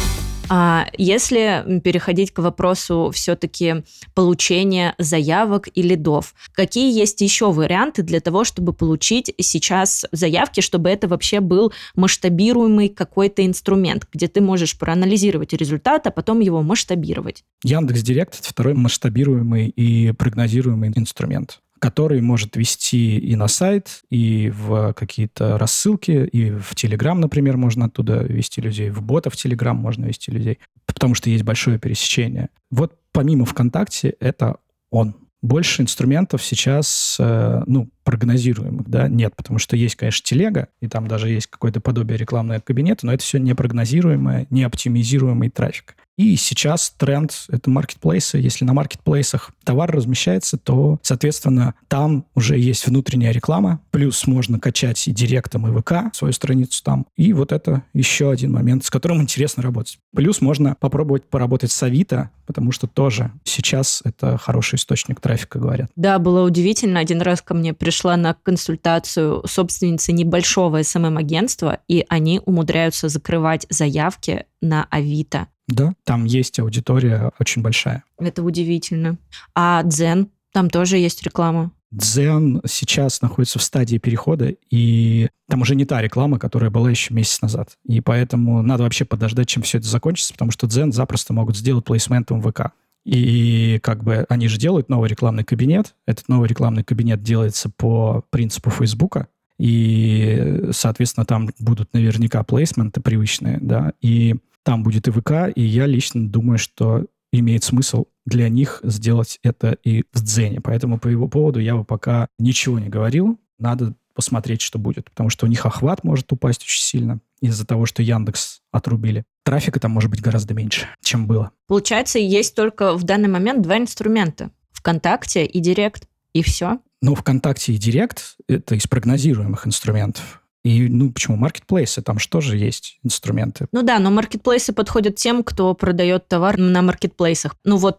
А если переходить к вопросу все-таки получения заявок и лидов, какие есть еще варианты для того, чтобы получить сейчас заявки, чтобы это вообще был масштабируемый какой-то инструмент, где ты можешь проанализировать результат, а потом его масштабировать? Яндекс.Директ — это второй масштабируемый и прогнозируемый инструмент, который может вести и на сайт, и в какие-то рассылки, и в Телеграм, например, можно оттуда вести людей, в ботов в Телеграм можно вести людей, потому что есть большое пересечение. Вот помимо ВКонтакте это он. Больше инструментов сейчас, прогнозируемых, да, нет, потому что есть, конечно, телега, и там даже есть какое-то подобие рекламного кабинета, но это все не прогнозируемое, не оптимизируемый трафик. И сейчас тренд — это маркетплейсы. Если на маркетплейсах товар размещается, то, соответственно, там уже есть внутренняя реклама, плюс можно качать и директом, и ВК свою страницу там. И вот это еще один момент, с которым интересно работать. Плюс можно попробовать поработать с Авито, потому что тоже сейчас это хороший источник трафика, говорят. Да, было удивительно. Один раз ко мне пришла на консультацию собственница небольшого СММ-агентства, и они умудряются закрывать заявки на Авито. Да, там есть аудитория очень большая. Это удивительно. А Дзен, там тоже есть реклама? Дзен сейчас находится в стадии перехода, и там уже не та реклама, которая была еще месяц назад. И поэтому надо вообще подождать, чем все это закончится, потому что Дзен запросто могут сделать плейсментом в ВК. И как бы они же делают новый рекламный кабинет. Этот новый рекламный кабинет делается по принципу Фейсбука. И, соответственно, там будут наверняка плейсменты привычные, да, и там будет и ВК, и я лично думаю, что имеет смысл для них сделать это и в Дзене. Поэтому по его поводу я бы пока ничего не говорил. Надо посмотреть, что будет. Потому что у них охват может упасть очень сильно из-за того, что Яндекс отрубили. Трафика там может быть гораздо меньше, чем было. Получается, есть только в данный момент два инструмента. ВКонтакте и Директ. И все. Ну, ВКонтакте и Директ — это из прогнозируемых инструментов. И, почему? Маркетплейсы, там же тоже есть инструменты. Ну да, но маркетплейсы подходят тем, кто продает товар на маркетплейсах.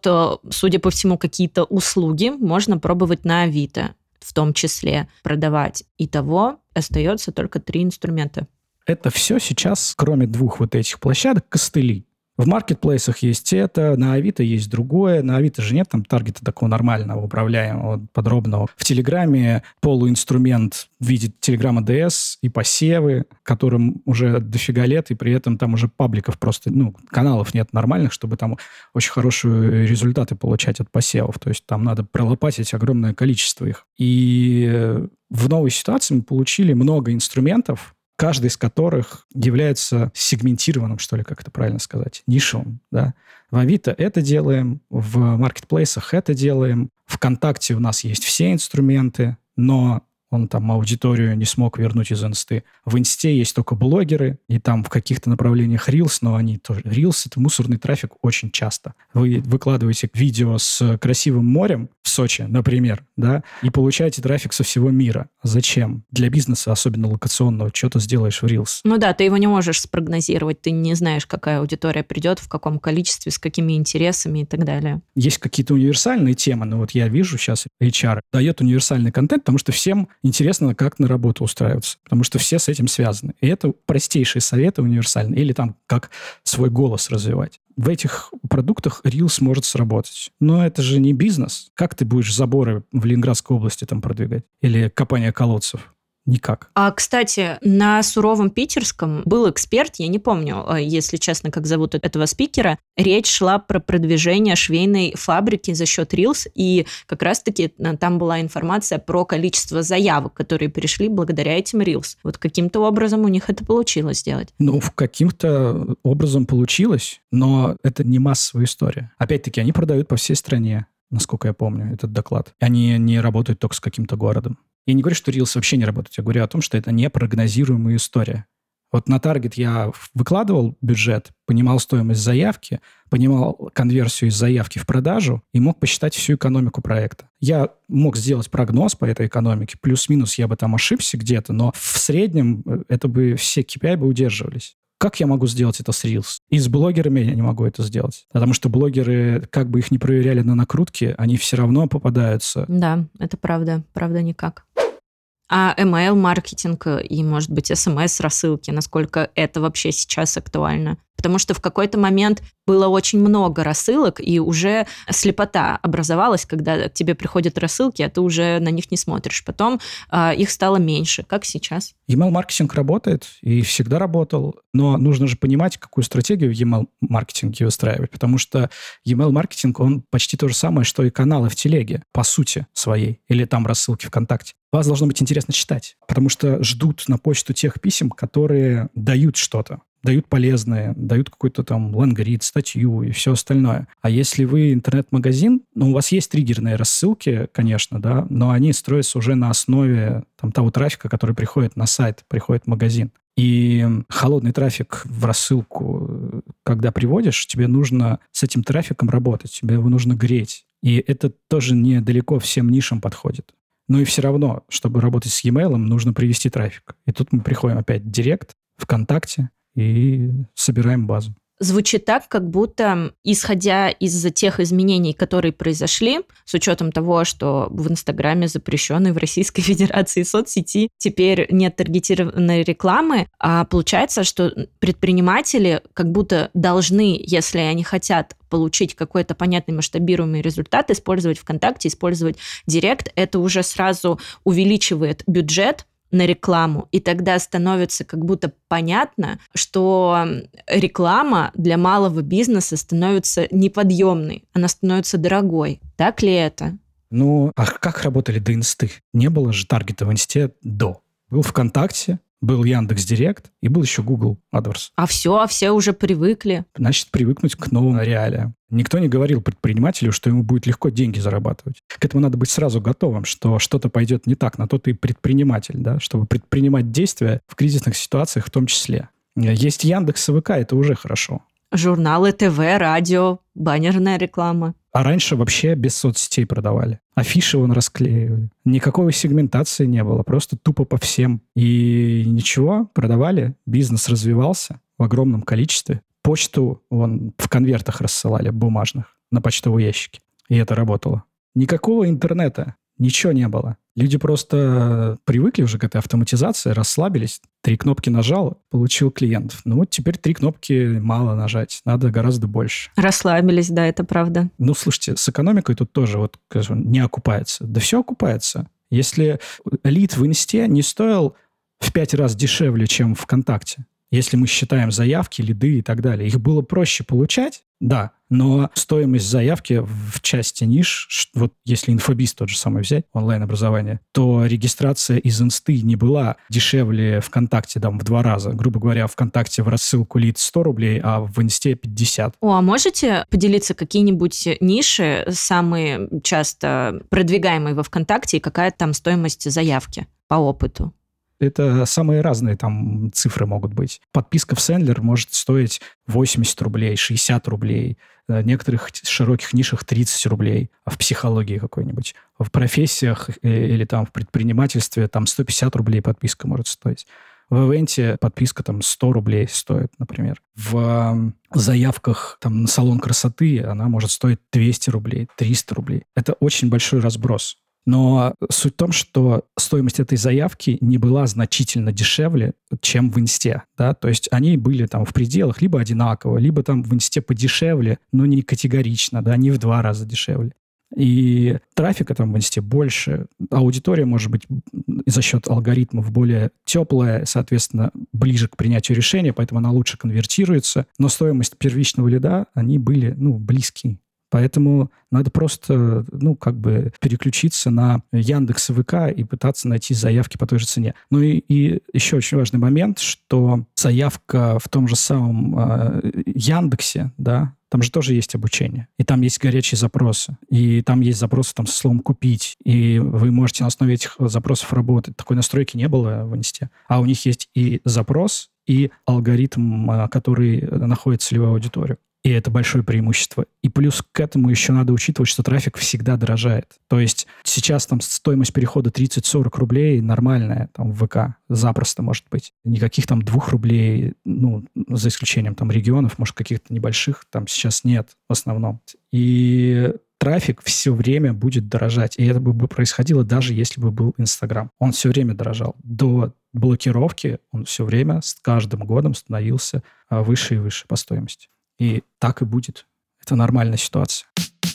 Судя по всему, какие-то услуги можно пробовать на Авито, в том числе продавать. Итого остается только 3 инструмента. Это все сейчас, кроме 2 вот этих площадок, костыли. В маркетплейсах есть это, на Авито есть другое. На Авито же нет там таргета такого нормального, управляемого, подробного. В Телеграме полуинструмент в виде Телеграма ДС и посевы, которым уже дофига лет, и при этом там уже пабликов просто, каналов нет нормальных, чтобы там очень хорошие результаты получать от посевов. То есть там надо пролопатить огромное количество их. И в новой ситуации мы получили много инструментов, каждый из которых является сегментированным, что ли, как это правильно сказать, нишевым, да. В Авито это делаем, в маркетплейсах это делаем, ВКонтакте у нас есть все инструменты, но он там аудиторию не смог вернуть из инсты. В инсте есть только блогеры, и там в каких-то направлениях Reels, но они тоже... Reels — это мусорный трафик очень часто. Вы выкладываете видео с красивым морем в Сочи, например, да, и получаете трафик со всего мира. Зачем? Для бизнеса, особенно локационного, что ты сделаешь в Reels? Ну да, ты его не можешь спрогнозировать, ты не знаешь, какая аудитория придет, в каком количестве, с какими интересами и так далее. Есть какие-то универсальные темы, но вот я вижу сейчас HR дает универсальный контент, потому что всем интересно, как на работу устраиваться, потому что все с этим связаны. И это простейшие советы универсальные. Или там, как свой голос развивать. В этих продуктах Reels может сработать. Но это же не бизнес. Как ты будешь заборы в Ленинградской области там продвигать? Или копание колодцев? Никак. А, кстати, на Суровом Питерском был эксперт, я не помню, если честно, как зовут этого спикера. Речь шла про продвижение швейной фабрики за счет Reels, и как раз-таки там была информация про количество заявок, которые пришли благодаря этим Reels. Вот каким-то образом у них это получилось сделать. Каким-то образом получилось, но это не массовая история. Опять-таки, они продают по всей стране, насколько я помню, этот доклад. Они не работают только с каким-то городом. Я не говорю, что Reels вообще не работает. Я говорю о том, что это непрогнозируемая история. Вот на таргет я выкладывал бюджет, понимал стоимость заявки, понимал конверсию из заявки в продажу и мог посчитать всю экономику проекта. Я мог сделать прогноз по этой экономике, плюс-минус я бы там ошибся где-то, но в среднем это бы все KPI бы удерживались. Как я могу сделать это с Reels? И с блогерами я не могу это сделать. Потому что блогеры, как бы их ни проверяли на накрутке, они все равно попадаются. Да, это правда. Правда никак. А email-маркетинг и, может быть, SMS-рассылки, насколько это вообще сейчас актуально? Потому что в какой-то момент было очень много рассылок, и уже слепота образовалась, когда к тебе приходят рассылки, а ты уже на них не смотришь. Потом их стало меньше, как сейчас. Email-маркетинг работает и всегда работал, но нужно же понимать, какую стратегию в email-маркетинге выстраивать, потому что email-маркетинг, он почти то же самое, что и каналы в телеге, по сути своей, или там рассылки ВКонтакте. Вас должно быть интересно читать, потому что ждут на почту тех писем, которые дают что-то. Дают полезные, дают какой-то там лонгрид, статью и все остальное. А если вы интернет-магазин, у вас есть триггерные рассылки, конечно, да, но они строятся уже на основе там, того трафика, который приходит на сайт, приходит в магазин. И холодный трафик в рассылку, когда приводишь, тебе нужно с этим трафиком работать, тебе его нужно греть. И это тоже недалеко всем нишам подходит. Но и все равно, чтобы работать с e-mail, нужно привести трафик. И тут мы приходим опять в Директ, ВКонтакте, и собираем базу. Звучит так, как будто, исходя из тех изменений, которые произошли, с учетом того, что в Инстаграме запрещенной в Российской Федерации соцсети теперь нет таргетированной рекламы, а получается, что предприниматели как будто должны, если они хотят получить какой-то понятный масштабируемый результат, использовать ВКонтакте, использовать Директ, это уже сразу увеличивает бюджет на рекламу, и тогда становится как будто понятно, что реклама для малого бизнеса становится неподъемной, она становится дорогой. Так ли это? А как работали до Инсты? Не было же таргета в Инсте до. Был ВКонтакте, был Яндекс.Директ и был еще Google AdWords. А все уже привыкли. Значит, привыкнуть к новым реалиям. Никто не говорил предпринимателю, что ему будет легко деньги зарабатывать. К этому надо быть сразу готовым, что что-то пойдет не так. На то ты предприниматель, да, чтобы предпринимать действия в кризисных ситуациях в том числе. Есть Яндекс и ВК, это уже хорошо. Журналы, ТВ, радио, баннерная реклама. А раньше вообще без соцсетей продавали. Афиши вон расклеивали. Никакой сегментации не было, просто тупо по всем. И ничего, продавали, бизнес развивался в огромном количестве. Почту вон в конвертах рассылали, бумажных, на почтовые ящики. И это работало. Никакого интернета, ничего не было. Люди просто привыкли уже к этой автоматизации, расслабились. 3 кнопки нажал, получил клиентов. Теперь 3 кнопки мало нажать, надо гораздо больше. Расслабились, да, это правда. Слушайте, с экономикой тут тоже не окупается. Да все окупается. Если лид в Инсте не стоил в 5 раз дешевле, чем ВКонтакте, если мы считаем заявки, лиды и так далее, их было проще получать, да, но стоимость заявки в части ниш, если инфобиз тот же самый взять, онлайн-образование, то регистрация из Инсты не была дешевле ВКонтакте в 2 раза. Грубо говоря, ВКонтакте в рассылку лид 100 рублей, а в Инсте 50. А можете поделиться какие-нибудь ниши, самые часто продвигаемые во ВКонтакте, и какая там стоимость заявки по опыту? Это самые разные там цифры могут быть. Подписка в Сендлер может стоить 80 рублей, 60 рублей. В некоторых широких нишах 30 рублей. А в психологии какой-нибудь. В профессиях или там в предпринимательстве там 150 рублей подписка может стоить. В ивенте подписка там 100 рублей стоит, например. В заявках там на салон красоты она может стоить 200 рублей, 300 рублей. Это очень большой разброс. Но суть в том, что стоимость этой заявки не была значительно дешевле, чем в Инсте. Да? То есть они были там в пределах либо одинаково, либо там в Инсте подешевле, но не категорично, да, не в 2 раза дешевле. И трафика там в Инсте больше, аудитория может быть за счет алгоритмов более теплая, соответственно, ближе к принятию решения, поэтому она лучше конвертируется. Но стоимость первичного лида, они были, близкие. Поэтому надо просто, переключиться на Яндекс и ВК и пытаться найти заявки по той же цене. И еще очень важный момент, что заявка в том же самом Яндексе, да, там же тоже есть обучение. И там есть горячие запросы. И там есть запросы со словом «купить». И вы можете на основе этих запросов работать. Такой настройки не было в Инсте. А у них есть и запрос, и алгоритм, который находит целевую аудиторию. И это большое преимущество. И плюс к этому еще надо учитывать, что трафик всегда дорожает. То есть сейчас там стоимость перехода 30-40 рублей нормальная там в ВК. Запросто может быть. Никаких там 2 рублей, за исключением там регионов, может, каких-то небольших, там сейчас нет в основном. И трафик все время будет дорожать. И это бы происходило даже если бы был Инстаграм. Он все время дорожал. До блокировки, он все время с каждым годом становился выше и выше по стоимости. И так и будет. Это нормальная ситуация.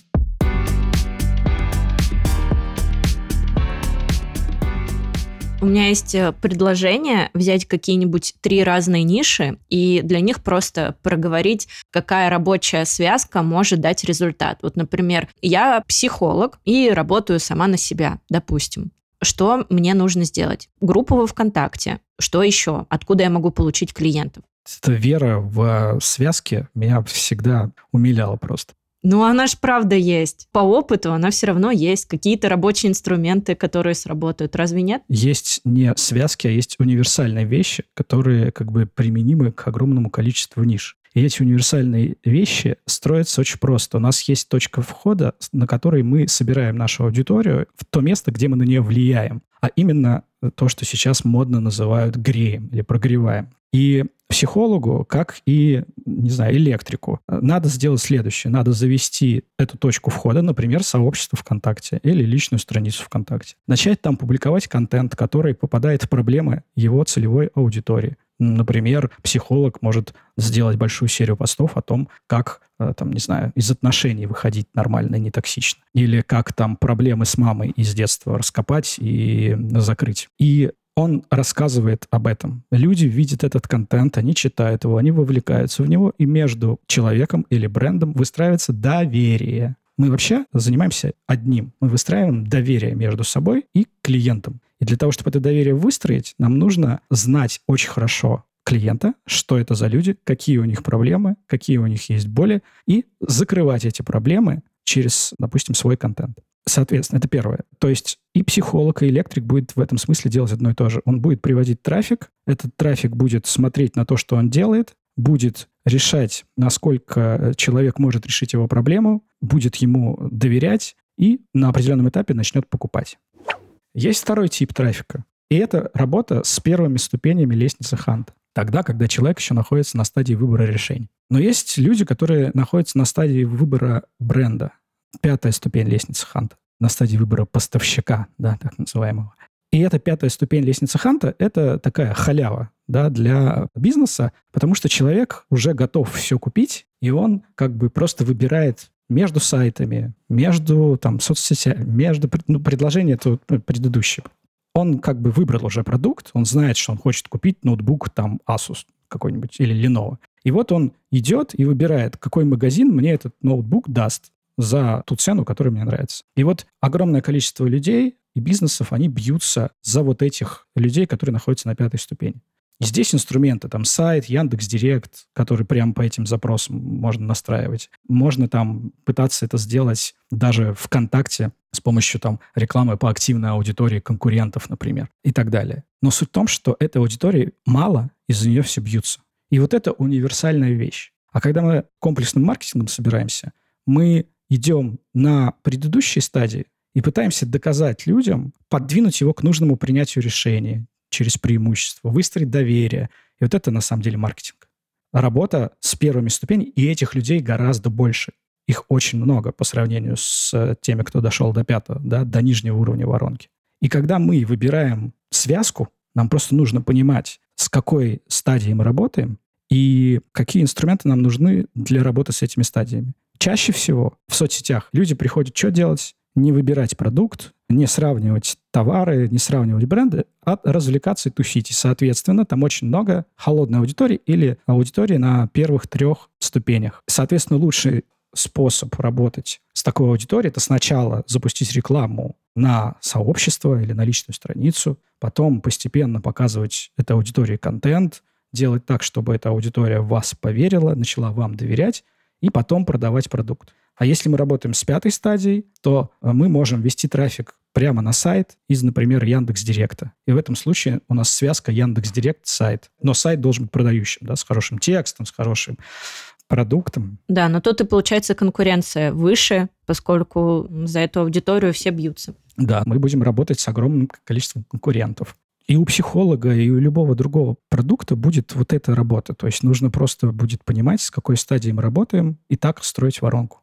У меня есть предложение взять какие-нибудь 3 разные ниши и для них просто проговорить, какая рабочая связка может дать результат. Вот, например, я психолог и работаю сама на себя, допустим. Что мне нужно сделать? Группу во ВКонтакте. Что еще? Откуда я могу получить клиентов? Эта вера в связки меня всегда умиляла просто. Ну, она ж правда есть. По опыту она все равно есть. Какие-то рабочие инструменты, которые сработают. Разве нет? Есть не связки, а есть универсальные вещи, которые как бы применимы к огромному количеству ниш. И эти универсальные вещи строятся очень просто. У нас есть точка входа, на которой мы собираем нашу аудиторию в то место, где мы на нее влияем. А именно то, что сейчас модно называют греем или прогреваем. И психологу, как и, не знаю, электрику, надо сделать следующее. Надо завести эту точку входа, например, сообщество ВКонтакте или личную страницу ВКонтакте. Начать там публиковать контент, который попадает в проблемы его целевой аудитории. Например, психолог может сделать большую серию постов о том, как, там, не знаю, из отношений выходить нормально и не токсично. Или как там проблемы с мамой из детства раскопать и закрыть. И он рассказывает об этом. Люди видят этот контент, они читают его, они вовлекаются в него, и между человеком или брендом выстраивается доверие. Мы вообще занимаемся одним. Мы выстраиваем доверие между собой и клиентом. И для того, чтобы это доверие выстроить, нам нужно знать очень хорошо клиента, что это за люди, какие у них проблемы, какие у них есть боли, и закрывать эти проблемы через, допустим, свой контент. Соответственно, это первое. То есть и психолог, и электрик будет в этом смысле делать одно и то же. Он будет приводить трафик, этот трафик будет смотреть на то, что он делает, будет решать, насколько человек может решить его проблему, будет ему доверять и на определенном этапе начнет покупать. Есть второй тип трафика. И это работа с первыми ступенями лестницы Ханта. Тогда, когда человек еще находится на стадии выбора решений. Но есть люди, которые находятся на стадии выбора бренда. 5-я ступень лестницы Ханта. На стадии выбора поставщика, да, так называемого. И эта 5-я ступень лестницы Ханта – это такая халява, да, для бизнеса, потому что человек уже готов все купить, и он как бы просто выбирает между сайтами, между там, соцсетями, между предложение это предыдущее. Он как бы выбрал уже продукт, он знает, что он хочет купить ноутбук там Asus какой-нибудь или Lenovo. И вот он идет и выбирает, какой магазин мне этот ноутбук даст за ту цену, которая мне нравится. И вот огромное количество людей и бизнесов, они бьются за вот этих людей, которые находятся на 5-й ступени. И здесь инструменты, там сайт, Яндекс.Директ, который прямо по этим запросам можно настраивать. Можно там пытаться это сделать даже ВКонтакте с помощью там рекламы по активной аудитории конкурентов, например, и так далее. Но суть в том, что этой аудитории мало, и за нее все бьются. И вот это универсальная вещь. А когда мы комплексным маркетингом собираемся, мы идем на предыдущей стадии и пытаемся доказать людям, подвинуть его к нужному принятию решения через преимущество, выстроить доверие. И вот это на самом деле маркетинг. Работа с первыми ступенями, и этих людей гораздо больше. Их очень много по сравнению с теми, кто дошел до 5-го, да, до нижнего уровня воронки. И когда мы выбираем связку, нам просто нужно понимать, с какой стадией мы работаем и какие инструменты нам нужны для работы с этими стадиями. Чаще всего в соцсетях люди приходят что делать? Не выбирать продукт, не сравнивать товары, не сравнивать бренды, а развлекаться и тусить. И, соответственно, там очень много холодной аудитории или аудитории на первых 3 ступенях. Соответственно, лучший способ работать с такой аудиторией – это сначала запустить рекламу на сообщество или на личную страницу, потом постепенно показывать этой аудитории контент, делать так, чтобы эта аудитория в вас поверила, начала вам доверять, и потом продавать продукт. А если мы работаем с 5-й стадией, то мы можем вести трафик прямо на сайт из, например, Яндекс.Директа. И в этом случае у нас связка Яндекс.Директ-сайт. Но сайт должен быть продающим, да, с хорошим текстом, с хорошим продуктом. Да, но тут и получается конкуренция выше, поскольку за эту аудиторию все бьются. Да, мы будем работать с огромным количеством конкурентов. И у психолога, и у любого другого продукта будет вот эта работа. То есть нужно просто будет понимать, с какой стадией мы работаем, и так строить воронку.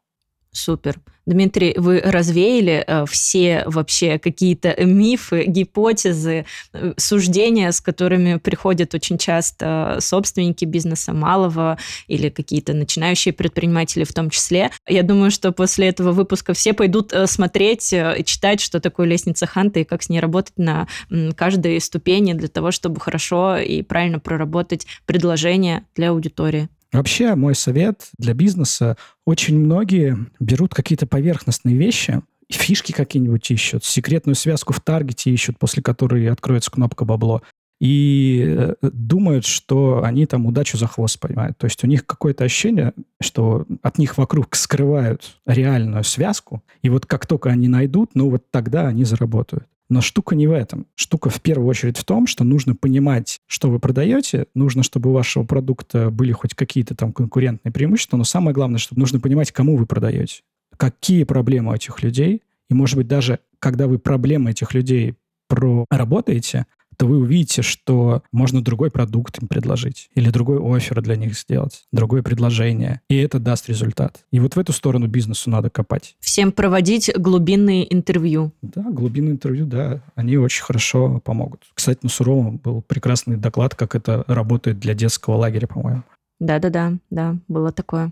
Супер. Дмитрий, вы развеяли все вообще какие-то мифы, гипотезы, суждения, с которыми приходят очень часто собственники бизнеса малого или какие-то начинающие предприниматели в том числе. Я думаю, что после этого выпуска все пойдут смотреть и читать, что такое лестница Ханта и как с ней работать на каждой ступени для того, чтобы хорошо и правильно проработать предложение для аудитории. Вообще, мой совет для бизнеса: очень многие берут какие-то поверхностные вещи, фишки какие-нибудь ищут, секретную связку в таргете ищут, после которой откроется кнопка «бабло», и думают, что они там удачу за хвост поймают. То есть у них какое-то ощущение, что от них вокруг скрывают реальную связку, и вот как только они найдут, вот тогда они заработают. Но штука не в этом. Штука в первую очередь в том, что нужно понимать, что вы продаете, нужно, чтобы у вашего продукта были хоть какие-то там конкурентные преимущества, но самое главное, что нужно понимать, кому вы продаете, какие проблемы у этих людей, и, может быть, даже когда вы проблемы этих людей проработаете, то вы увидите, что можно другой продукт им предложить или другой оффер для них сделать, другое предложение, и это даст результат. И вот в эту сторону бизнесу надо копать. Всем проводить глубинные интервью. Да, глубинные интервью, да, они очень хорошо помогут. Кстати, на Суровом был прекрасный доклад, как это работает для детского лагеря, по-моему. Да, было такое.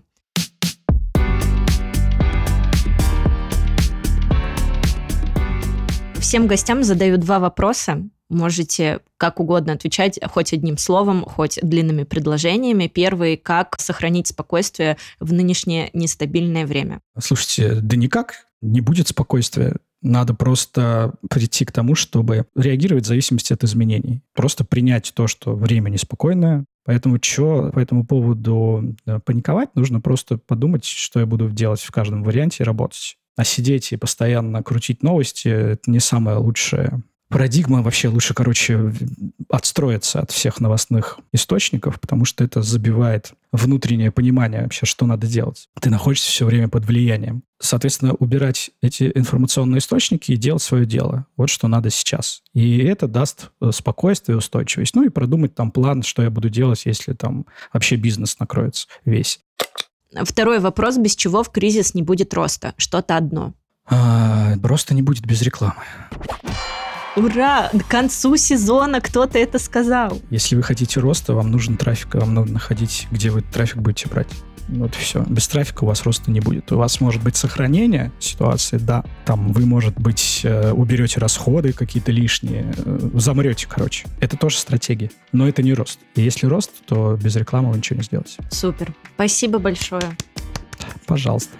Всем гостям задаю 2 вопроса. Можете как угодно отвечать хоть одним словом, хоть длинными предложениями. Первый: как сохранить спокойствие в нынешнее нестабильное время? Слушайте, да никак не будет спокойствия. Надо просто прийти к тому, чтобы реагировать в зависимости от изменений. Просто принять то, что время неспокойное. Поэтому что по этому поводу паниковать? Нужно просто подумать, что я буду делать в каждом варианте и работать. А сидеть и постоянно крутить новости – это не самое лучшее. Парадигма вообще лучше, отстроиться от всех новостных источников, потому что это забивает внутреннее понимание вообще, что надо делать. Ты находишься все время под влиянием. Соответственно, убирать эти информационные источники и делать свое дело. Вот что надо сейчас. И это даст спокойствие и устойчивость. И продумать там план, что я буду делать, если там вообще бизнес накроется весь. Второй вопрос: без чего в кризис не будет роста? Что-то одно. Роста не будет без рекламы. Ура! К концу сезона кто-то это сказал. Если вы хотите роста, вам нужен трафик, вам надо находить, где вы трафик будете брать. Вот и все. Без трафика у вас роста не будет. У вас может быть сохранение ситуации, да. Там вы, может быть, уберете расходы какие-то лишние, замрете, Это тоже стратегия. Но это не рост. И если рост, то без рекламы вы ничего не сделаете. Супер. Спасибо большое. Пожалуйста.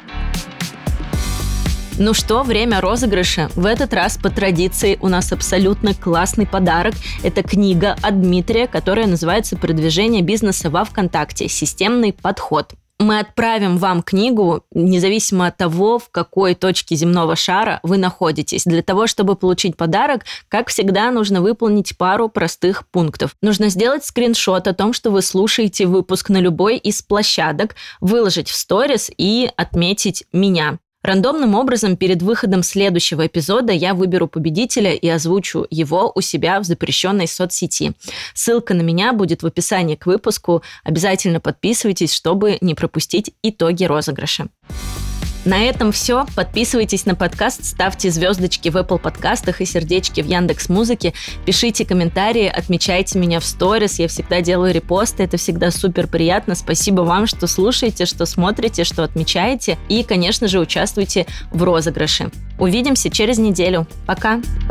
Ну что, время розыгрыша. В этот раз по традиции у нас абсолютно классный подарок. Это книга от Дмитрия, которая называется «Продвижение бизнеса во ВКонтакте. Системный подход». Мы отправим вам книгу, независимо от того, в какой точке земного шара вы находитесь. Для того, чтобы получить подарок, как всегда, нужно выполнить пару простых пунктов. Нужно сделать скриншот о том, что вы слушаете выпуск на любой из площадок, выложить в сторис и отметить меня. Рандомным образом перед выходом следующего эпизода я выберу победителя и озвучу его у себя в запрещенной соцсети. Ссылка на меня будет в описании к выпуску. Обязательно подписывайтесь, чтобы не пропустить итоги розыгрыша. На этом все. Подписывайтесь на подкаст, ставьте звездочки в Apple подкастах и сердечки в Яндекс.Музыке, пишите комментарии, отмечайте меня в сторис, я всегда делаю репосты, это всегда супер приятно. Спасибо вам, что слушаете, что смотрите, что отмечаете и, конечно же, участвуйте в розыгрыше. Увидимся через неделю. Пока!